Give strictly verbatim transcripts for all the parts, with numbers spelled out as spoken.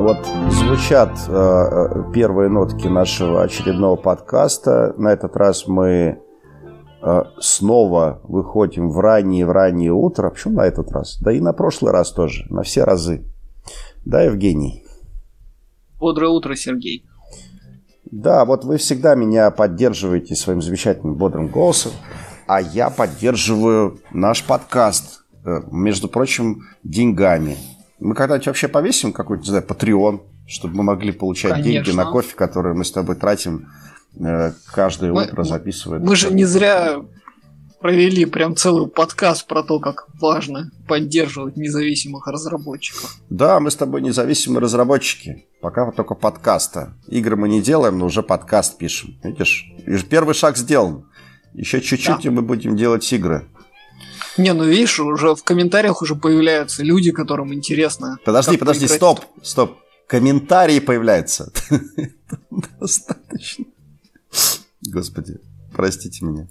Вот звучат э, первые нотки нашего очередного подкаста. На этот раз мы э, снова выходим в раннее, в раннее утро. Почему на этот раз? Да и на прошлый раз тоже, на все разы. Да, Евгений? Бодрое утро, Сергей. Да, вот вы всегда меня поддерживаете своим замечательным бодрым голосом, а я поддерживаю наш подкаст, э, между прочим, деньгами. Мы когда-нибудь вообще повесим какой-то, не знаю, Patreon, чтобы мы могли получать Конечно. деньги на кофе, которые мы с тобой тратим э, каждое мы, утро, записывая. Мы же не зря провели прям целый подкаст про то, как важно поддерживать независимых разработчиков. Да, мы с тобой независимые разработчики. Пока только подкаста. Игры мы не делаем, но уже подкаст пишем. Видишь? И первый шаг сделан. Еще чуть-чуть, да. и мы будем делать игры. Не, ну видишь, уже в комментариях уже появляются люди, которым интересно. Подожди, подожди, поиграть. стоп, стоп. Комментарии появляются. Достаточно. Господи, простите меня.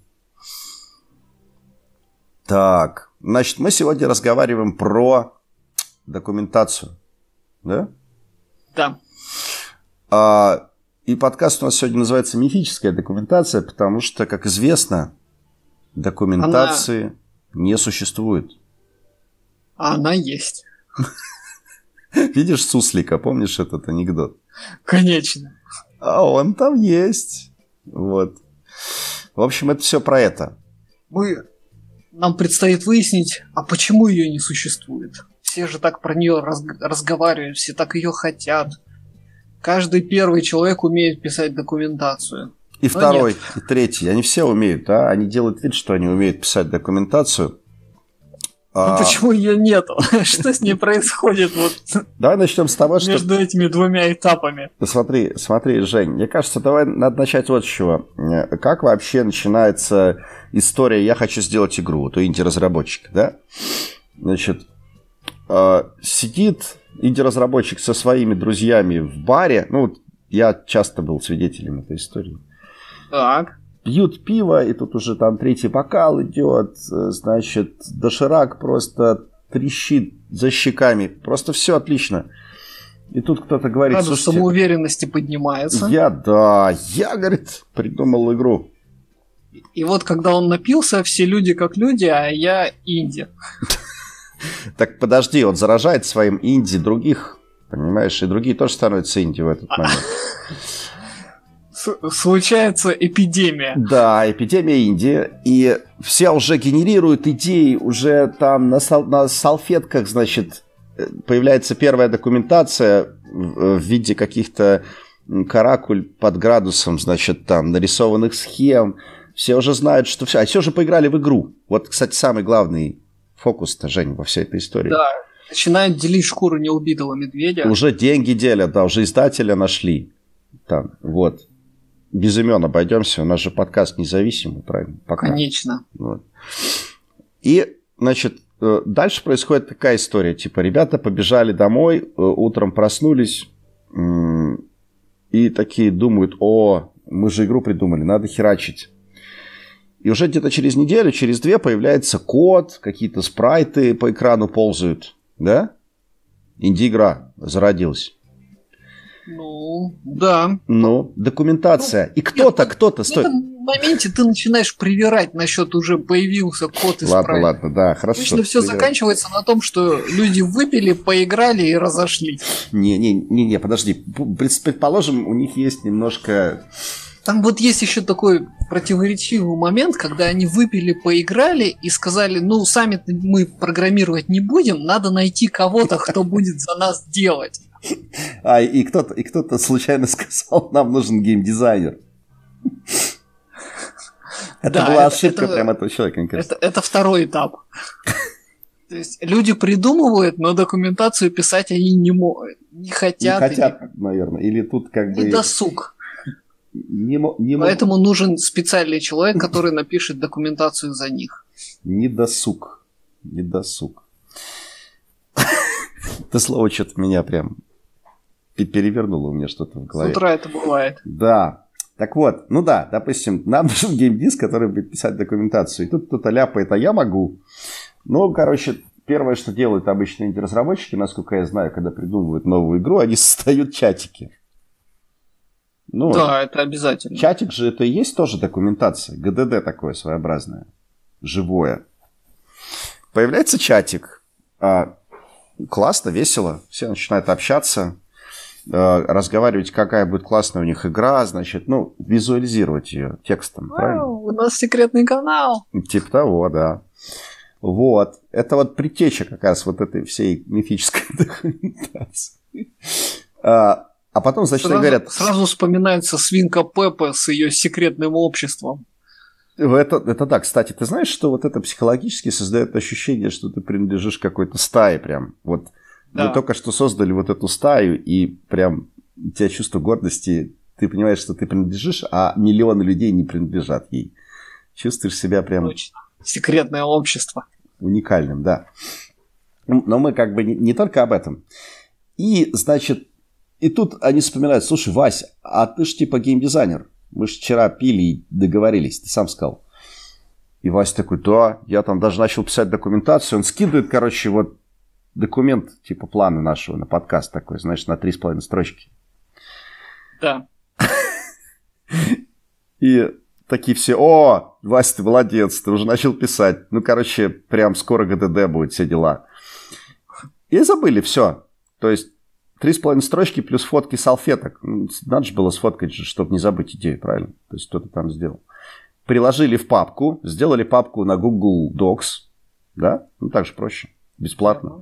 Так, значит, мы сегодня разговариваем про документацию. Да? Да. А, и подкаст у нас сегодня называется «Мифическая документация», потому что, как известно, документации... Она... не существует. А она есть. Видишь суслика, помнишь этот анекдот? Конечно. А он там есть. Вот. В общем, это все про это. Мы... Нам предстоит выяснить, а почему ее не существует. Все же так про нее раз... разговаривают, все так ее хотят. Каждый первый человек умеет писать документацию. И Но второй, нет. и третий. Они все умеют, да? Они делают вид, что они умеют писать документацию. Ну а... почему ее нету? Что с ней происходит вот давай начнем с того, что... между этими двумя этапами? Смотри, смотри, Жень, мне кажется, давай надо начать вот с чего. Как вообще начинается история «Я хочу сделать игру», вот у инди-разработчика, да? Значит, сидит инди-разработчик со своими друзьями в баре. Ну, я часто был свидетелем этой истории. Так. Пьют пиво, и тут уже там третий бокал идет, значит, доширак просто трещит за щеками. Просто все отлично. И тут кто-то говорит... Градус самоуверенности поднимается. Я, да, я, говорит, придумал игру. И вот когда он напился, все люди как люди, а я инди. Так подожди, он заражает своим инди других, понимаешь, и другие тоже становятся инди в этот момент. Случается эпидемия. Да, эпидемия Индии. И все уже генерируют идеи, уже там на, сал- на салфетках, значит, появляется первая документация в, в виде каких-то каракуль под градусом, значит, там нарисованных схем. Все уже знают, что все. А все же поиграли в игру. Вот, кстати, самый главный фокус-то, Жень, во всей этой истории. Да, начинают делить шкуру неубитого медведя. Уже деньги делят, да, уже издателя нашли. Там, вот. Без имен обойдемся, у нас же подкаст независимый, правильно? Пока. Конечно. Вот. И, значит, дальше происходит такая история, типа, ребята побежали домой, утром проснулись и такие думают: о, мы же игру придумали, надо херачить. И уже где-то через неделю, через две появляется код, какие-то спрайты по экрану ползают, да? Инди-игра зародилась. Ну, да. Ну, документация. Ну, и кто-то, нет, кто-то... В этом моменте ты начинаешь привирать насчет уже появился код и ладно, спрайт. Ладно, ладно, да, хорошо. Обычно все заканчивается на том, что люди выпили, поиграли и разошлись. Не-не-не, подожди. Предположим, у них есть немножко... Там вот есть еще такой противоречивый момент, когда они выпили, поиграли и сказали: ну, сами мы программировать не будем, надо найти кого-то, кто будет за нас делать. А, и кто-то, и кто-то случайно сказал: нам нужен геймдизайнер. Это да, была это, ошибка это, прямо этого человека, мне кажется. Это, это второй этап. То есть люди придумывают, но документацию писать они не могут, не хотят. Не хотят, или... наверное. Или тут как бы... Не досуг. Не, не Поэтому мог... нужен специальный человек, который напишет документацию за них. Не досуг. Не досуг. Это слово что-то меня прям перевернуло у меня что-то в голове. С утра это бывает. Да. Так вот, ну да, допустим, нам нужен геймдиск, который будет писать документацию. И тут кто-то ляпает: а я могу. Ну, короче, первое, что делают обычные инди-разработчики, насколько я знаю, когда придумывают новую игру, они создают чатики. Ну, да, это обязательно. Чатик же это и есть тоже документация. ГДД такое своеобразное. Живое. Появляется чатик. А, классно, весело. Все начинают общаться. А, разговаривать, какая будет классная у них игра. Значит, ну, визуализировать ее текстом. Вау, правильно? У нас секретный канал. Типа того, да. Вот. Это вот предтеча как раз вот этой всей мифической документации. А, А потом, значит, сразу, говорят... Сразу вспоминается свинка Пеппа с ее секретным обществом. Это, это да, кстати, ты знаешь, что вот это психологически создает ощущение, что ты принадлежишь какой-то стае прям. Вот да. Вы только что создали вот эту стаю, и прям у тебя чувство гордости, ты понимаешь, что ты принадлежишь, а миллионы людей не принадлежат ей. Чувствуешь себя прям... Точно. Секретное общество. Уникальным, да. Но мы как бы не, не только об этом. И, значит, и тут они вспоминают, слушай, Вась, а ты ж типа геймдизайнер. Мы же вчера пили и договорились, ты сам сказал. И Вася такой, да, я там даже начал писать документацию. Он скидывает, короче, вот документ типа плана нашего на подкаст такой, знаешь, на три с половиной строчки. Да. И такие все, о, Вася, ты молодец, ты уже начал писать. Ну, короче, прям скоро ГДД будет, все дела. И забыли, все. То есть Три с половиной строчки плюс фотки салфеток. Надо же было сфоткать, чтобы не забыть идею, правильно? То есть кто-то там сделал. Приложили в папку, сделали папку на Google Docs. Да? Ну, так же проще. Бесплатно.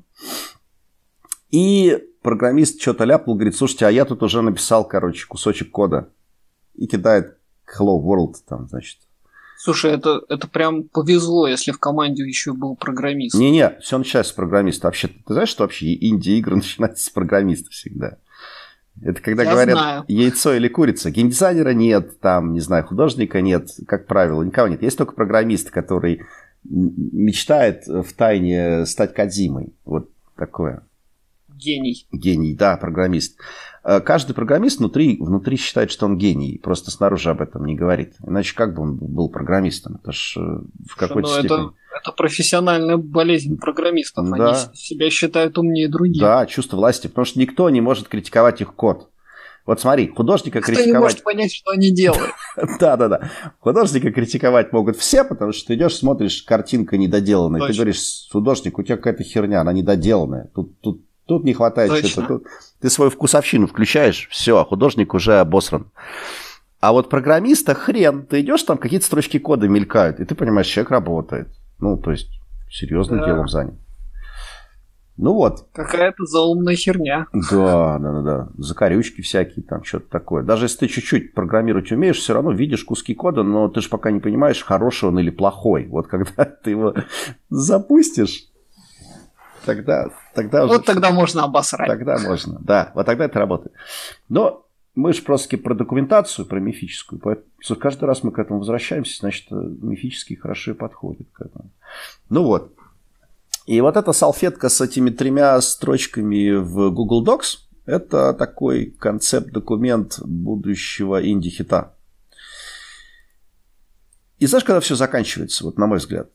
И программист что-то ляпнул, говорит, слушайте, а я тут уже написал, короче, кусочек кода. И кидает Hello World там, значит. Слушай, это, это прям повезло, если в команде еще был программист. Не-не, все начинается с программиста. Вообще, ты знаешь, что вообще инди-игры начинаются с программиста всегда? Это когда Я говорят знаю. Яйцо или курица. Геймдизайнера нет, там, не знаю, художника нет, как правило, никого нет. Есть только программист, который мечтает втайне стать Кодзимой. Вот такое. Гений. Гений, да, программист. Каждый программист внутри, внутри считает, что он гений, просто снаружи об этом не говорит. Иначе как бы он был программистом? Это ж в какой-то ну, степени... Это, это профессиональная болезнь программистов. Да. Они себя считают умнее других. Да, чувство власти, потому что никто не может критиковать их код. Вот смотри, художника Никто критиковать... Кто не может понять, что они делают. Да-да-да. Художника критиковать могут все, потому что ты идешь, смотришь, картинка недоделанная. Ты говоришь, художник, у тебя какая-то херня, она недоделанная. Тут, тут Тут не хватает что-то. Тут... Ты свою вкусовщину включаешь, все, художник уже обосран. А вот программиста хрен. Ты идешь, там какие-то строчки кода мелькают, и ты понимаешь, человек работает. Ну, то есть, серьезным да. делом занят. Ну вот. Какая-то заумная херня. Да, да, да, да. Закорючки всякие, там что-то такое. Даже если ты чуть-чуть программировать умеешь, все равно видишь куски кода, но ты же пока не понимаешь, хороший он или плохой. Вот когда ты его запустишь, Тогда, тогда вот уже... тогда можно обосрать. Тогда можно, да. Вот тогда это работает. Но мы же просто про документацию, про мифическую. Поэтому каждый раз мы к этому возвращаемся, значит, мифический хорошо и подходит к этому. Ну вот. И вот эта салфетка с этими тремя строчками в Google Docs, это такой концепт-документ будущего инди-хита. И знаешь, когда все заканчивается, вот на мой взгляд?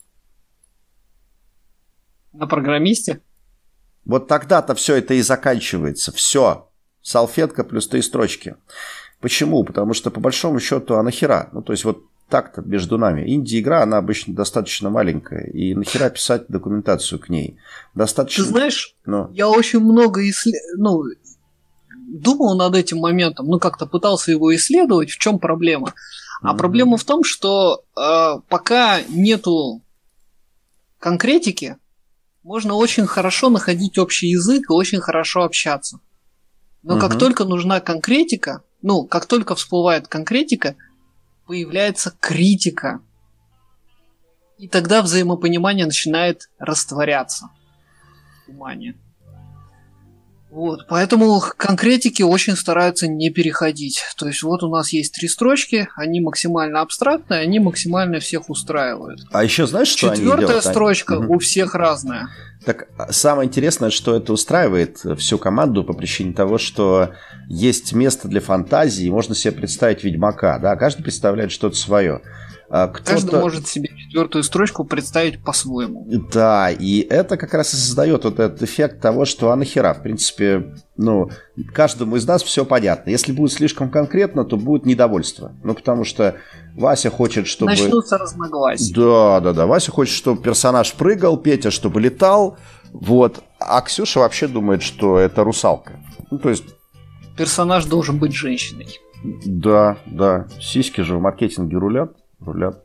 На программисте? Вот тогда-то все это и заканчивается. Все. Салфетка плюс три строчки. Почему? Потому что, по большому счету, а нахера? Ну, то есть, вот так-то между нами. Инди-игра, она обычно достаточно маленькая. И нахера писать документацию к ней? Достаточно... Ты знаешь, ну... я очень много исслед... ну, думал над этим моментом. Ну, как-то пытался его исследовать. В чем проблема? А mm-hmm. проблема в том, что э, пока нету конкретики, можно очень хорошо находить общий язык и очень хорошо общаться. Но uh-huh. как только нужна конкретика, ну, как только всплывает конкретика, появляется критика. И тогда взаимопонимание начинает растворяться. Внимание. Вот, поэтому к конкретике очень стараются не переходить. То есть вот у нас есть три строчки, они максимально абстрактные, они максимально всех устраивают. А еще знаешь, что они делают? Четвертая строчка угу. у всех разная. Так самое интересное, что это устраивает всю команду по причине того, что есть место для фантазии, можно себе представить Ведьмака, да, каждый представляет что-то свое. Каждый может себе четвертую строчку представить по-своему. Да, и это как раз и создает вот этот эффект того, что а нахера, в принципе, ну, каждому из нас все понятно. Если будет слишком конкретно, то будет недовольство. Ну, потому что Вася хочет, чтобы... Начнутся разногласия. Да, да, да. Вася хочет, чтобы персонаж прыгал, Петя, чтобы летал. Вот. А Ксюша вообще думает, что это русалка. Ну, то есть... Персонаж должен быть женщиной. Да, да. Сиськи же в маркетинге рулят. Рулят.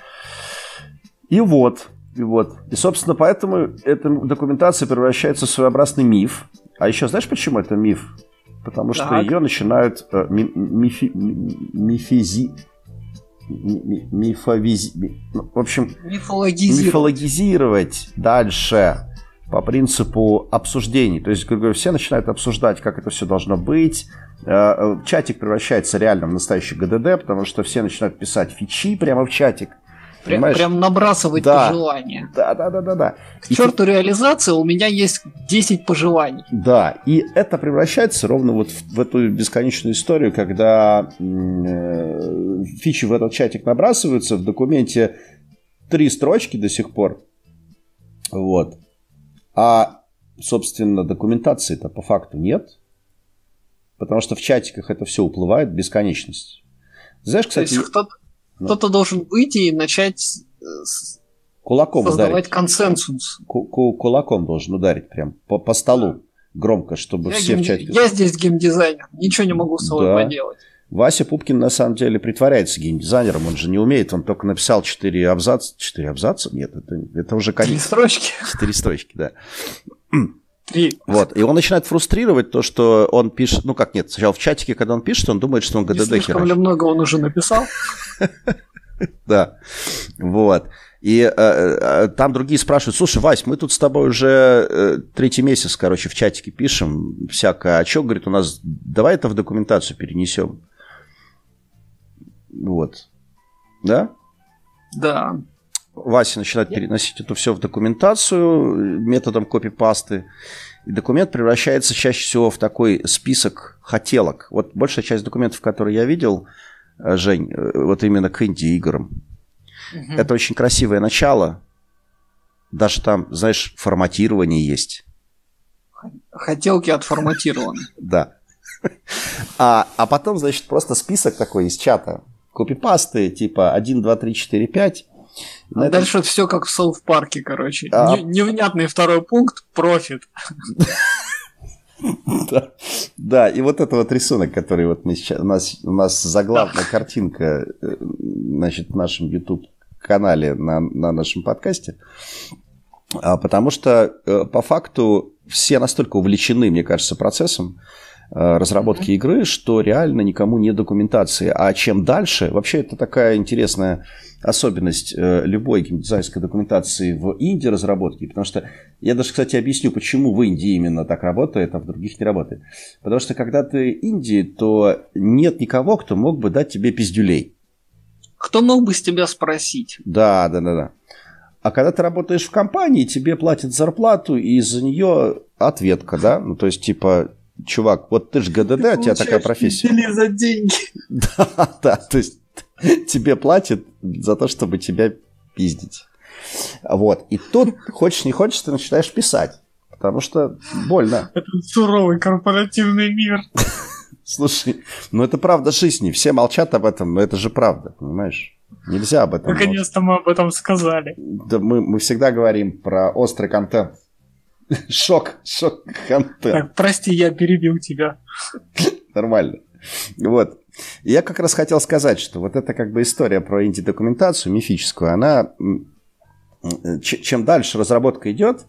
И вот, и вот. И, собственно, поэтому эта документация превращается в своеобразный миф. А еще знаешь, почему это миф? Потому что Так. ее начинают э, ми- мифи- мифизи... ми- мифовизи... ми- ну, в общем, Мифологизировать. мифологизировать дальше по принципу обсуждений. То есть, как говорю, все начинают обсуждать, как это все должно быть. Чатик превращается реально в настоящий ГДД, потому что все начинают писать фичи прямо в чатик. Прям, прям набрасывать да. пожелания. Да, да, да, да, да. К черту реализации, у меня есть десять пожеланий. Да, и это превращается ровно вот в, в эту бесконечную историю, когда э, фичи в этот чатик набрасываются, в документе три строчки до сих пор. Вот. А, собственно, документации-то по факту нет. Потому что в чатиках это все уплывает в бесконечность. Знаешь, кстати... То есть кто-то, ну, кто-то должен выйти и начать кулаком создавать ударить. консенсус. Ку- ку- кулаком должен ударить прям по, по столу громко, чтобы я все гейм... в чатике... Я здесь геймдизайнер, ничего не могу с собой да. поделать. Вася Пупкин на самом деле притворяется геймдизайнером, он же не умеет, он только написал четыре абзаца. четыре абзаца? Нет, это, это уже конец. Три строчки? четыре строчки, да. Три. Вот, и он начинает фрустрировать то, что он пишет, ну как нет, сначала в чатике, когда он пишет, он думает, что он ГДД херачит. Слишком ли много он уже написал? Да, вот. И э, там другие спрашивают, слушай, Вась, мы тут с тобой уже э, третий месяц, короче, в чатике пишем всякое, а что, говорит, у нас, давай это в документацию перенесем. Вот. Да? Да. Вася начинает переносить это все в документацию методом копипасты. И документ превращается чаще всего в такой список хотелок. Вот большая часть документов, которые я видел, Жень, вот именно к инди-играм, угу. Это очень красивое начало. Даже там, знаешь, форматирование есть. Хотелки отформатированы. Да. А, а потом, значит, просто список такой из чата. Копипасты типа один, два, три, четыре, пять. А этом... дальше все как в Саут-парке, короче. А... Не, невнятный второй пункт – профит. Да. Да, и вот это вот рисунок, который вот мы сейчас... У нас, у нас заглавная картинка, значит, в нашем YouTube-канале, на, на нашем подкасте. Потому что по факту все настолько увлечены, мне кажется, процессом разработки mm-hmm. игры, что реально никому нет документации. А чем дальше... Вообще, это такая интересная особенность любой геймдизайнерской документации в инди-разработке. Потому что... Я даже, кстати, объясню, почему в инди именно так работает, а в других не работает. Потому что, когда ты инди, то нет никого, кто мог бы дать тебе пиздюлей. Кто мог бы с тебя спросить? Да, да, да, да. А когда ты работаешь в компании, тебе платят зарплату, и за нее ответка, да? Ну, то есть, типа... Чувак, вот ты же ГДД, ты у тебя такая профессия. Или за деньги. Да, да, то есть тебе платят за то, чтобы тебя пиздить. Вот, и тут, хочешь не хочешь, ты начинаешь писать, потому что больно. Это суровый корпоративный мир. Слушай, ну это правда жизни, все молчат об этом, но это же правда, понимаешь? Нельзя об этом. Наконец-то мы об этом сказали. Да мы, мы всегда говорим про острый контент. Шок, шок контент. Так, прости, я перебил тебя. Нормально. Вот. Я как раз хотел сказать, что вот эта как бы история про инди-документацию мифическую, она чем дальше разработка идет,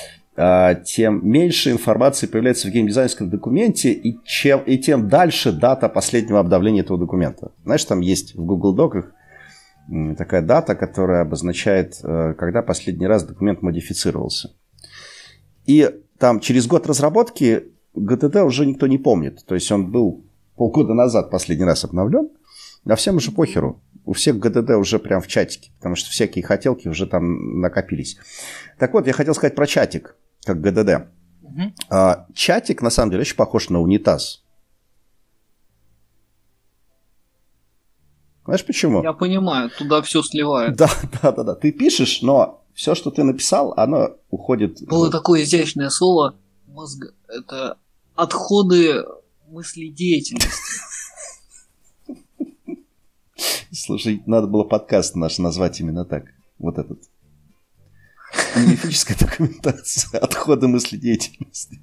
тем меньше информации появляется в геймдизайнерском документе, и, чем, и тем дальше дата последнего обновления этого документа. Знаешь, там есть в Google Доках такая дата, которая обозначает, когда последний раз документ модифицировался. И там через год разработки ГТД уже никто не помнит. То есть он был полгода назад последний раз обновлен, а всем уже похеру. У всех ГТД уже прям в чатике, потому что всякие хотелки уже там накопились. Так вот, я хотел сказать про чатик, как ГДД. Угу. А, чатик, на самом деле, очень похож на унитаз. Знаешь почему? Я понимаю, туда все сливают. Да, да, да, да. Ты пишешь, но все, что ты написал, оно уходит... Было такое изящное слово, мозг, это отходы мыследеятельности. Слушай, надо было подкаст наш назвать именно так. Вот этот. Мифическая документация. Отходы мыследеятельности.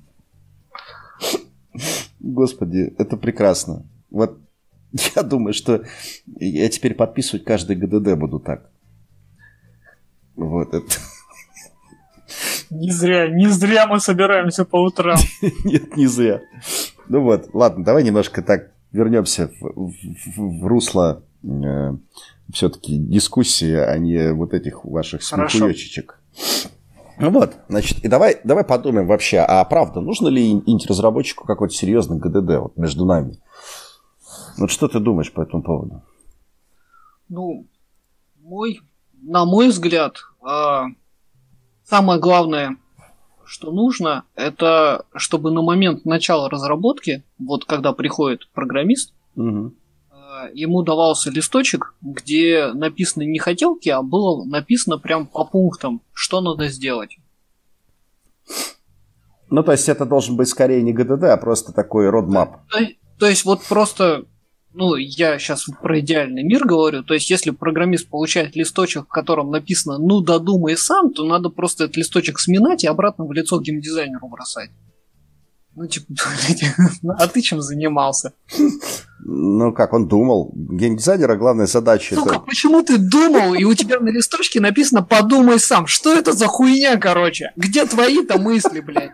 Господи, это прекрасно. Вот я думаю, что я теперь подписывать каждый ГДД буду так. Вот это. Не зря, не зря мы собираемся по утрам. Нет, не зря. Ну вот, ладно, давай немножко так вернемся в, в, в русло э, все-таки дискуссии, а не вот этих ваших смехуёчечек. Ну вот, значит, и давай, давай подумаем вообще, а правда, нужно ли инди-разработчику какой-то серьезный ГДД вот между нами? Вот что ты думаешь по этому поводу? Ну, мой, на мой взгляд, э, самое главное, что нужно, это чтобы на момент начала разработки, вот когда приходит программист, угу. э, ему давался листочек, где написаны не хотелки, а было написано прям по пунктам, что надо сделать. Ну, то есть это должен быть скорее не ГДД, а просто такой roadmap. То, то есть вот просто... Ну, я сейчас про идеальный мир говорю. То есть, если программист получает листочек, в котором написано «ну, додумай сам», то надо просто этот листочек сминать и обратно в лицо геймдизайнеру бросать. Ну, типа, а ты чем занимался? Ну, как, он думал. Геймдизайнера главная задача... Сука, это... почему ты думал, и у тебя на листочке написано «подумай сам». Что это за хуйня, короче? Где твои-то мысли, блядь?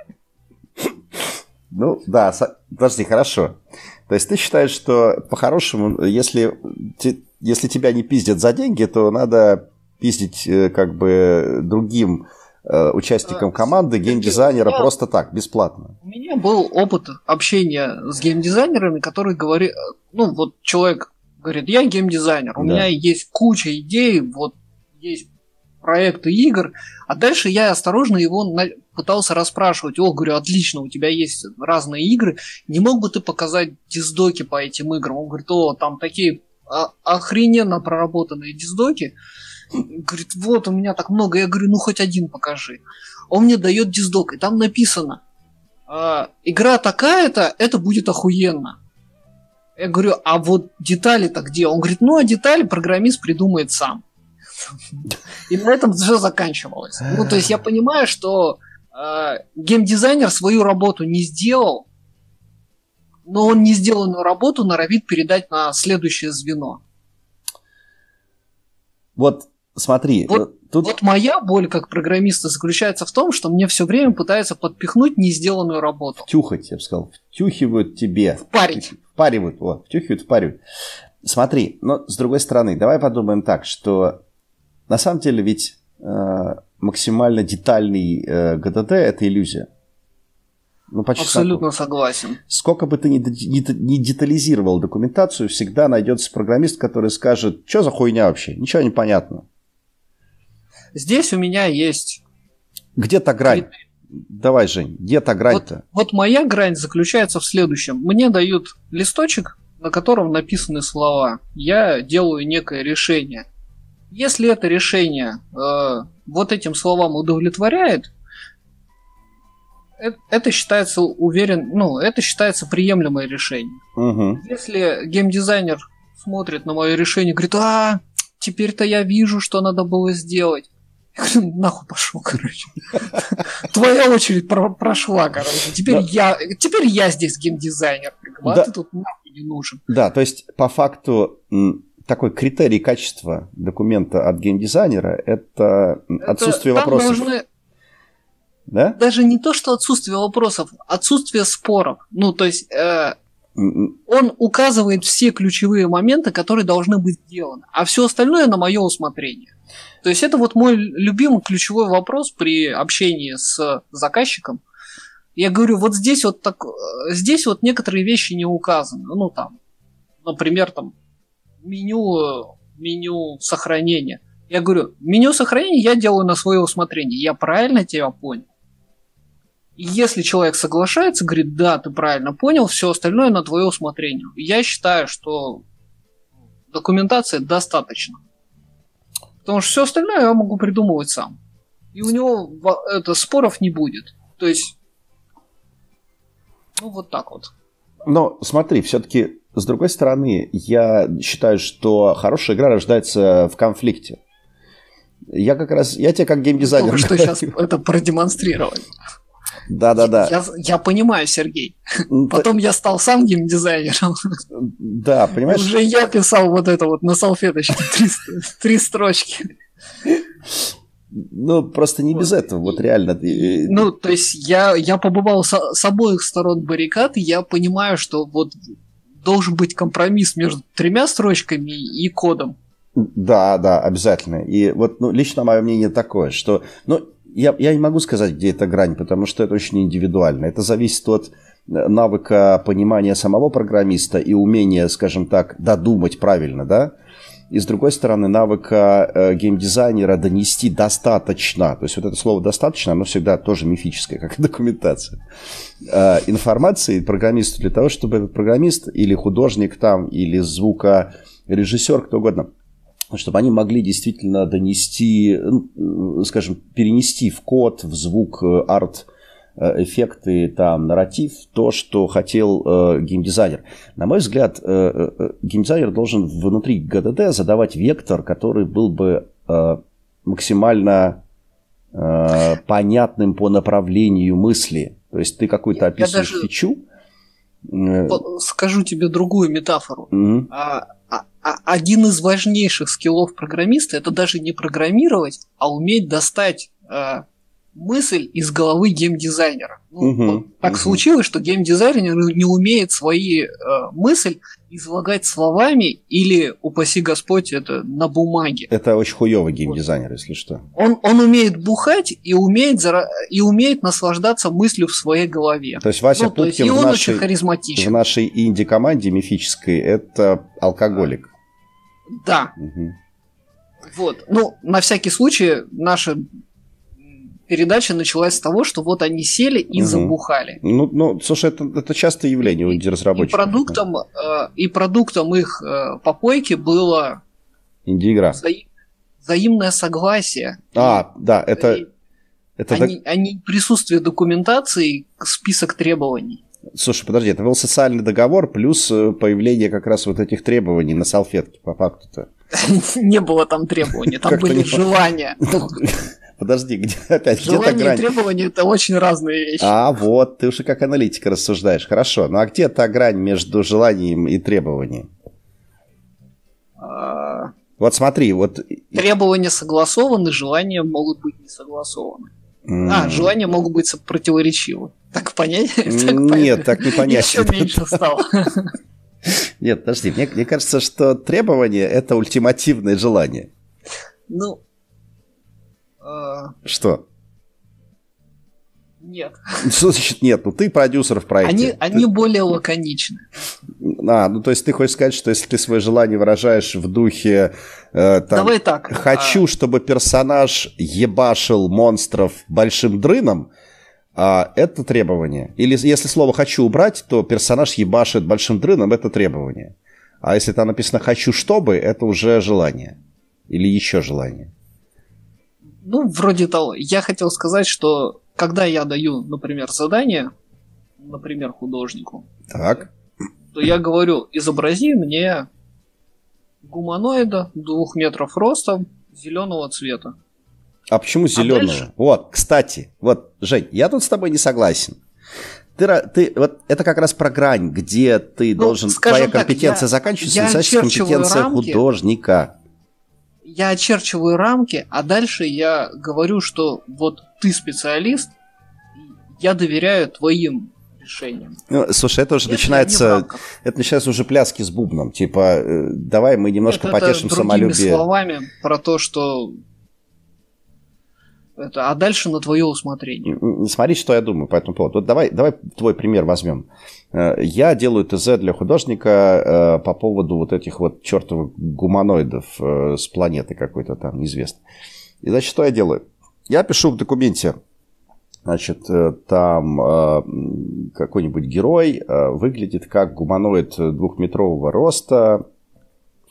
Ну, да, со... подожди, хорошо. То есть ты считаешь, что по-хорошему, если, если тебя не пиздят за деньги, то надо пиздить как бы другим э, участникам команды, геймдизайнера меня, просто так, бесплатно? У меня был опыт общения с геймдизайнерами, которые говорят, ну вот человек говорит, я геймдизайнер, у да. меня есть куча идей, вот есть проекты игр, а дальше я осторожно его на... пытался расспрашивать, о, говорю, отлично, у тебя есть разные игры, не мог бы ты показать диздоки по этим играм? Он говорит, о, там такие охрененно проработанные диздоки. Говорит, вот, у меня так много. Я говорю, ну хоть один покажи. Он мне дает диздок, и там написано, игра такая-то, это будет охуенно. Я говорю, а вот детали-то где? Он говорит, ну а детали программист придумает сам. И на этом все заканчивалось. Ну, то есть я понимаю, что э, геймдизайнер свою работу не сделал, но он не сделанную работу норовит передать на следующее звено. Вот смотри. Вот, тут... вот моя боль как программиста заключается в том, что мне все время пытаются подпихнуть не сделанную работу. Втюхать, я бы сказал. Втюхивают тебе. Впарить. Впаривают, вот, втюхивают, впаривают. Смотри, но с другой стороны, давай подумаем так, что на самом деле ведь э, максимально детальный э, ГДД – это иллюзия. Ну, почти абсолютно такой. Согласен. Сколько бы ты ни, ни, ни детализировал документацию, всегда найдется программист, который скажет, что за хуйня вообще, ничего не понятно. Здесь у меня есть... Где-то грань. Давай, Жень, где-то грань-то? Вот, вот моя грань заключается в следующем. Мне дают листочек, на котором написаны слова. Я делаю некое решение. Если это решение э, вот этим словам удовлетворяет, это, это считается уверен, ну, это считается приемлемое решение. Угу. Если геймдизайнер смотрит на мое решение и говорит, а, теперь-то я вижу, что надо было сделать. Я говорю, нахуй пошел, короче. Твоя очередь прошла, короче. Теперь я, теперь я здесь геймдизайнер. А ты тут нахуй не нужен. Да, то есть по факту такой критерий качества документа от геймдизайнера – это, это отсутствие вопросов. Должны... Да? Даже не то, что отсутствие вопросов, отсутствие споров. Ну, то есть э, он указывает все ключевые моменты, которые должны быть сделаны, а все остальное на мое усмотрение. То есть это вот мой любимый ключевой вопрос при общении с заказчиком. Я говорю, вот здесь вот так, здесь вот некоторые вещи не указаны. Ну, там, например, там, меню, меню сохранения. Я говорю, меню сохранения я делаю на свое усмотрение. Я правильно тебя понял? И если человек соглашается, говорит, да, ты правильно понял, все остальное на твое усмотрение. Я считаю, что документации достаточно. Потому что все остальное я могу придумывать сам. И у него это, споров не будет. То есть, ну вот так вот. Но смотри, все-таки, с другой стороны, я считаю, что хорошая игра рождается в конфликте. Я как раз, я тебе как геймдизайнер... Только что сейчас это продемонстрировали. Да-да-да. Я, я понимаю, Сергей. Потом я стал сам геймдизайнером. Да, понимаешь? Уже я писал вот это вот на салфеточке три, три строчки. Ну, просто не без этого, вот реально. Ну, то есть я, я побывал с, с обоих сторон баррикад, и я понимаю, что вот должен быть компромисс между тремя строчками и кодом. Да, да, обязательно. И вот, ну, лично мое мнение такое, что, ну, я, я не могу сказать, где эта грань, потому что это очень индивидуально. Это зависит от навыка понимания самого программиста и умения, скажем так, додумать правильно, да? И, с другой стороны, навыка э, геймдизайнера донести достаточно. То есть вот это слово «достаточно», оно всегда тоже мифическое, как и документация. Э, информации программисту для того, чтобы этот программист или художник там, или звукорежиссер, кто угодно, чтобы они могли действительно донести, ну, скажем, перенести в код, в звук, арт, эффекты, там, нарратив, то, что хотел э, геймдизайнер. На мой взгляд, э, э, геймдизайнер должен внутри ГДД задавать вектор, который был бы э, максимально э, понятным по направлению мысли. То есть ты какую-то я, описываешь я даже фичу. Э... Скажу тебе другую метафору. Mm-hmm. А, а, а, один из важнейших скиллов программиста — это даже не программировать, а уметь достать... Э, мысль из головы геймдизайнера. Ну, uh-huh, вот так uh-huh. случилось, что геймдизайнер не умеет свои э, мысли излагать словами или, упаси Господь, это на бумаге. Это очень хуёвый геймдизайнер, вот. Если что. Он, он умеет бухать и умеет, зара... и умеет наслаждаться мыслью в своей голове. То есть Вася ну, Пупкин есть, в, нашей, в нашей инди-команде мифической это алкоголик. Да. Uh-huh. Вот. Ну, на всякий случай, наша передача началась с того, что вот они сели и угу. забухали. Ну, ну, слушай, это, это частое явление у инди-разработчиков. И продуктом, э, и продуктом их э, попойки было инди-игра. Вза... взаимное согласие. А, и, да, это... И, это они, так... они присутствие документации, список требований. Слушай, подожди, это был социальный договор плюс появление как раз вот этих требований на салфетке, по факту-то. Не было там требований, там были желания. Подожди, где опять желание где-то грань? И требования — это очень разные вещи. А, вот, ты уже как аналитик рассуждаешь. Хорошо, ну а где та грань между желанием и требованием? А... Вот смотри, вот... Требования согласованы, желания могут быть не согласованы. Mm. А, желания могут быть противоречивы. Так понять? Нет, так не понять. Еще меньше стало. Нет, подожди, мне, мне кажется, что требование — это ультимативное желание. Ну... Uh, что? Нет. Что значит нет? Ну ты продюсер в проекте. Они, ты... они более лаконичны. А, ну то есть ты хочешь сказать, что если ты свое желание выражаешь в духе э, там, давай так. Хочу, а... чтобы персонаж ебашил монстров большим дрыном, а это требование. Или если слово «хочу» убрать, то персонаж ебашит большим дрыном, это требование. А если там написано «хочу, чтобы», это уже желание. Или еще желание. Ну, вроде того. Я хотел сказать, что когда я даю, например, задание, например, художнику, так. то я говорю: изобрази мне гуманоида двух метров ростом, зеленого цвета. А почему зеленого? А дальше... Вот, кстати, вот, Жень, я тут с тобой не согласен. Ты, ты, вот это как раз про грань, где ты ну, должен, твоя компетенция так, заканчивается, и начинается компетенция рамки. Художника. Я очерчиваю рамки, а дальше я говорю, что вот ты специалист, я доверяю твоим решениям. Ну, слушай, это уже Если начинается, это начинается уже пляски с бубном, типа, э, давай мы немножко Нет, потешим это самолюбие. Другими словами про то, что это, а дальше на твое усмотрение. Смотри, что я думаю по этому поводу. Вот давай, давай твой пример возьмем. Я делаю ТЗ для художника по поводу вот этих вот чертовых гуманоидов с планеты какой-то там, неизвестно. И, значит, что я делаю? Я пишу в документе, значит, там какой-нибудь герой выглядит как гуманоид двухметрового роста,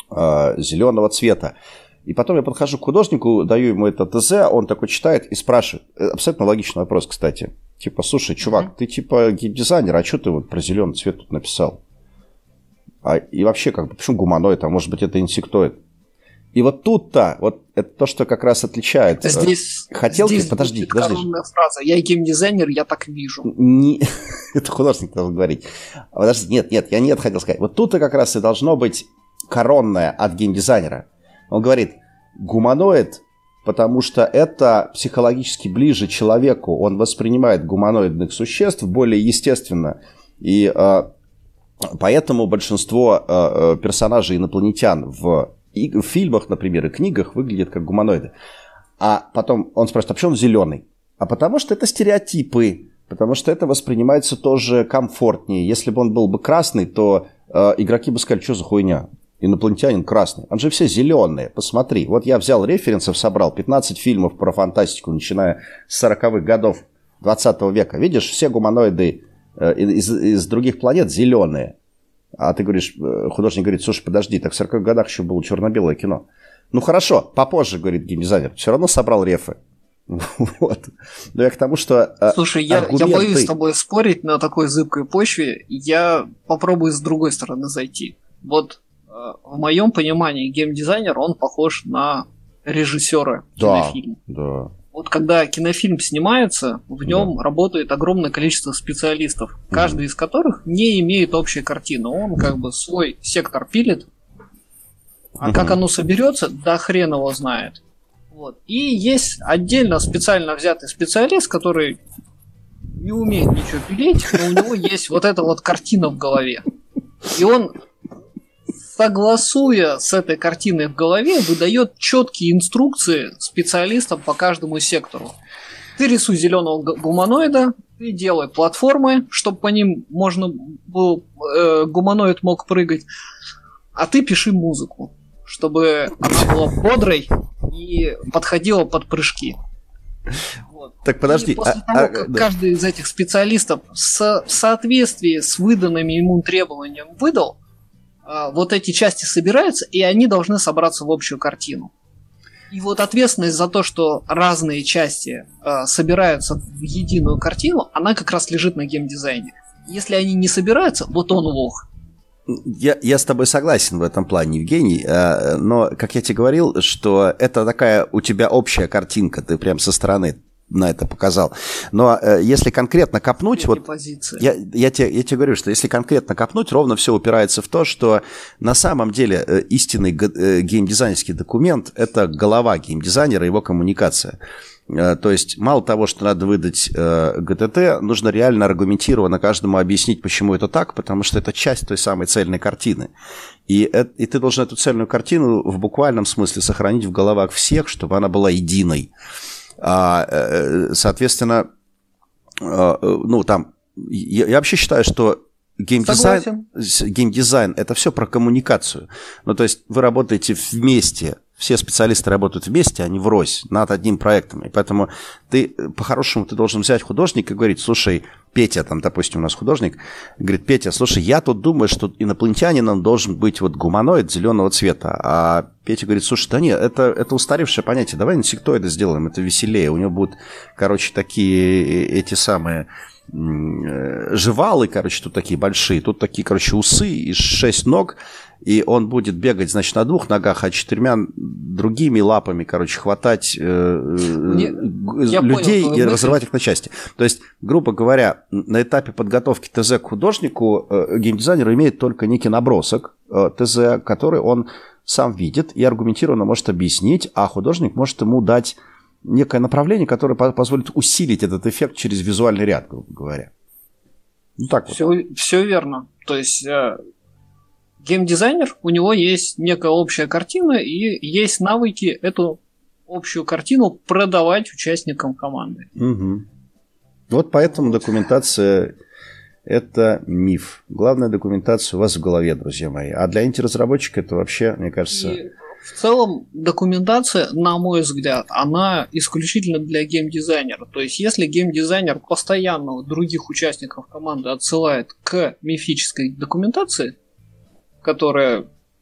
э, зеленого цвета. И потом я подхожу к художнику, даю ему это ТЗ, он такой читает и спрашивает. Абсолютно логичный вопрос, кстати. Типа, слушай, чувак, mm-hmm. ты типа геймдизайнер, а что ты вот про зеленый цвет тут написал? А, и вообще, как бы, почему гуманоид, а может быть, это инсектоид? И вот тут-то, вот это то, что как раз отличает. Здесь, хотелки, здесь подожди, подожди. Фраза. Я геймдизайнер, я так вижу. Не... это художник должен говорить. Подожди, нет, нет, я нет хотел сказать. Вот тут-то как раз и должно быть коронное от геймдизайнера. Он говорит, гуманоид, потому что это психологически ближе человеку, он воспринимает гуманоидных существ более естественно, и э, поэтому большинство э, персонажей инопланетян в, и, в фильмах, например, и книгах выглядят как гуманоиды. А потом он спрашивает, а почему он зеленый? А потому что это стереотипы, потому что это воспринимается тоже комфортнее. Если бы он был бы красный, то э, игроки бы сказали, что за хуйня? Инопланетянин красный. Он же все зеленые. Посмотри. Вот я взял референсов, собрал пятнадцать фильмов про фантастику, начиная с сороковых годов двадцатого века. Видишь, все гуманоиды э, из, из других планет зеленые. А ты говоришь, художник говорит, слушай, подожди, так в сороковых годах еще было черно-белое кино. Ну хорошо, попозже, говорит геймдизайнер. Все равно собрал рефы. Вот. Но я к тому, что... Слушай, я, аргументы... я боюсь с тобой спорить на такой зыбкой почве. Я попробую с другой стороны зайти. Вот в моем понимании геймдизайнер, он похож на режиссера да, кинофильма. Да. Вот когда кинофильм снимается, в нем да. работает огромное количество специалистов, каждый mm-hmm. из которых не имеет общей картины. Он как бы свой сектор пилит, а mm-hmm. как оно соберется, да хрен его знает. Вот. И есть отдельно специально взятый специалист, который не умеет ничего пилить, но у него есть вот эта вот картина в голове. И он, согласуя с этой картиной в голове, выдает четкие инструкции специалистам по каждому сектору. Ты рисуй зеленого гуманоида, ты делай платформы, чтобы по ним можно был, э, гуманоид мог прыгать, а ты пиши музыку, чтобы она была бодрой и подходила под прыжки. Вот. Так подожди. И после а, того, как а, каждый да. из этих специалистов в соответствии с выданными ему требованиями выдал, вот эти части собираются, и они должны собраться в общую картину. И вот ответственность за то, что разные части э, собираются в единую картину, она как раз лежит на геймдизайне. Если они не собираются, вот он лох. Я, я с тобой согласен в этом плане, Евгений, э, но, как я тебе говорил, что это такая у тебя общая картинка, ты прям со стороны на это показал. Но э, если конкретно копнуть, эти вот я, я, тебе, я тебе говорю, что если конкретно копнуть, ровно все упирается в то, что на самом деле э, истинный г- э, геймдизайнерский документ – это голова геймдизайнера, его коммуникация. Э, то есть мало того, что надо выдать э, ГТТ, нужно реально аргументированно каждому объяснить, почему это так, потому что это часть той самой цельной картины. И, э, и ты должен эту цельную картину в буквальном смысле сохранить в головах всех, чтобы она была единой. Соответственно, ну, там, я, я вообще считаю, что геймдизайн, геймдизайн – это все про коммуникацию. Ну, то есть вы работаете вместе, все специалисты работают вместе, а не врозь, над одним проектом. И поэтому ты, по-хорошему, ты должен взять художника и говорить, слушай, Петя, там, допустим, у нас художник, говорит, Петя, слушай, я тут думаю, что инопланетянином должен быть вот гуманоид зеленого цвета. А Петя говорит, слушай, да нет, это, это устаревшее понятие, давай инсектоиды сделаем, это веселее. У него будут, короче, такие эти самые жевалы, короче, тут такие большие, тут такие, короче, усы и шесть ног, и он будет бегать, значит, на двух ногах, а четырьмя другими лапами, короче, хватать э, Мне... людей понял, и разрывать их на части. То есть, грубо говоря, на этапе подготовки ТЗ к художнику э, геймдизайнер имеет только некий набросок э, ТЗ, который он сам видит и аргументированно может объяснить, а художник может ему дать некое направление, которое позволит усилить этот эффект через визуальный ряд, грубо говоря. Ну так все, вот. Все верно. То есть э, геймдизайнер, у него есть некая общая картина и есть навыки эту общую картину продавать участникам команды. Угу. Вот поэтому документация – это миф. Главная документация у вас в голове, друзья мои. А для инди-разработчика это вообще, мне кажется... И... В целом, документация, на мой взгляд, она исключительно для геймдизайнера. То есть, если геймдизайнер постоянно других участников команды отсылает к мифической документации, которая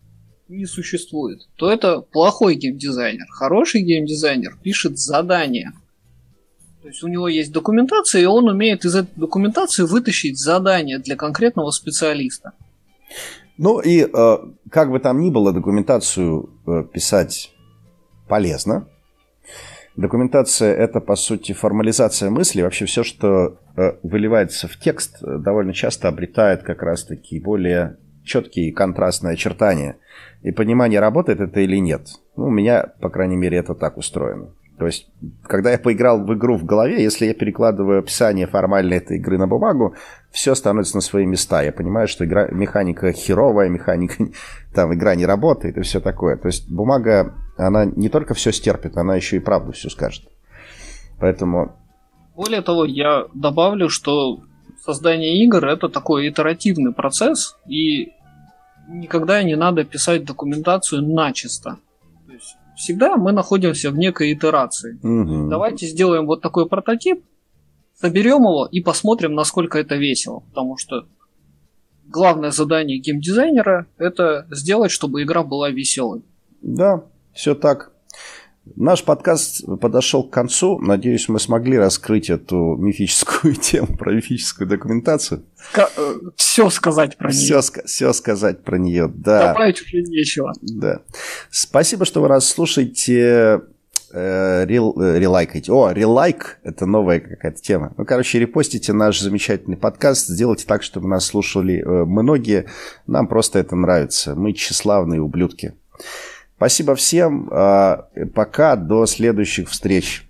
не существует, то это плохой геймдизайнер. Хороший геймдизайнер пишет задания. То есть у него есть документация, и он умеет из этой документации вытащить задание для конкретного специалиста. Ну и э, как бы там ни было, документацию э, писать полезно. Документация – это, по сути, формализация мысли. Вообще все, что э, выливается в текст, довольно часто обретает как раз-таки более четкие контрастные очертания. И понимание, работает это или нет. Ну, у меня, по крайней мере, это так устроено. То есть, когда я поиграл в игру в голове, если я перекладываю описание формальной этой игры на бумагу, все становится на свои места. Я понимаю, что игра, механика херовая, механика, там, игра не работает и все такое. То есть, бумага, она не только все стерпит, она еще и правду все скажет. Поэтому... Более того, я добавлю, что создание игр – это такой итеративный процесс, и никогда не надо писать документацию начисто. То есть, всегда мы находимся в некой итерации. Угу. Давайте сделаем вот такой прототип, соберем его и посмотрим, насколько это весело. Потому что главное задание геймдизайнера – это сделать, чтобы игра была веселой. Да, все так. Наш подкаст подошел к концу. Надеюсь, мы смогли раскрыть эту мифическую тему про мифическую документацию. Ска- все сказать про все, нее. Ска- все сказать про нее, да. Добавить уже нечего. Да. Спасибо, что вы нас слушаете. Э, рел, э, релайкайте. О, релайк – это новая какая-то тема. Ну, короче, репостите наш замечательный подкаст. Сделайте так, чтобы нас слушали э, многие. Нам просто это нравится. Мы тщеславные ублюдки. Спасибо всем. Пока. До следующих встреч.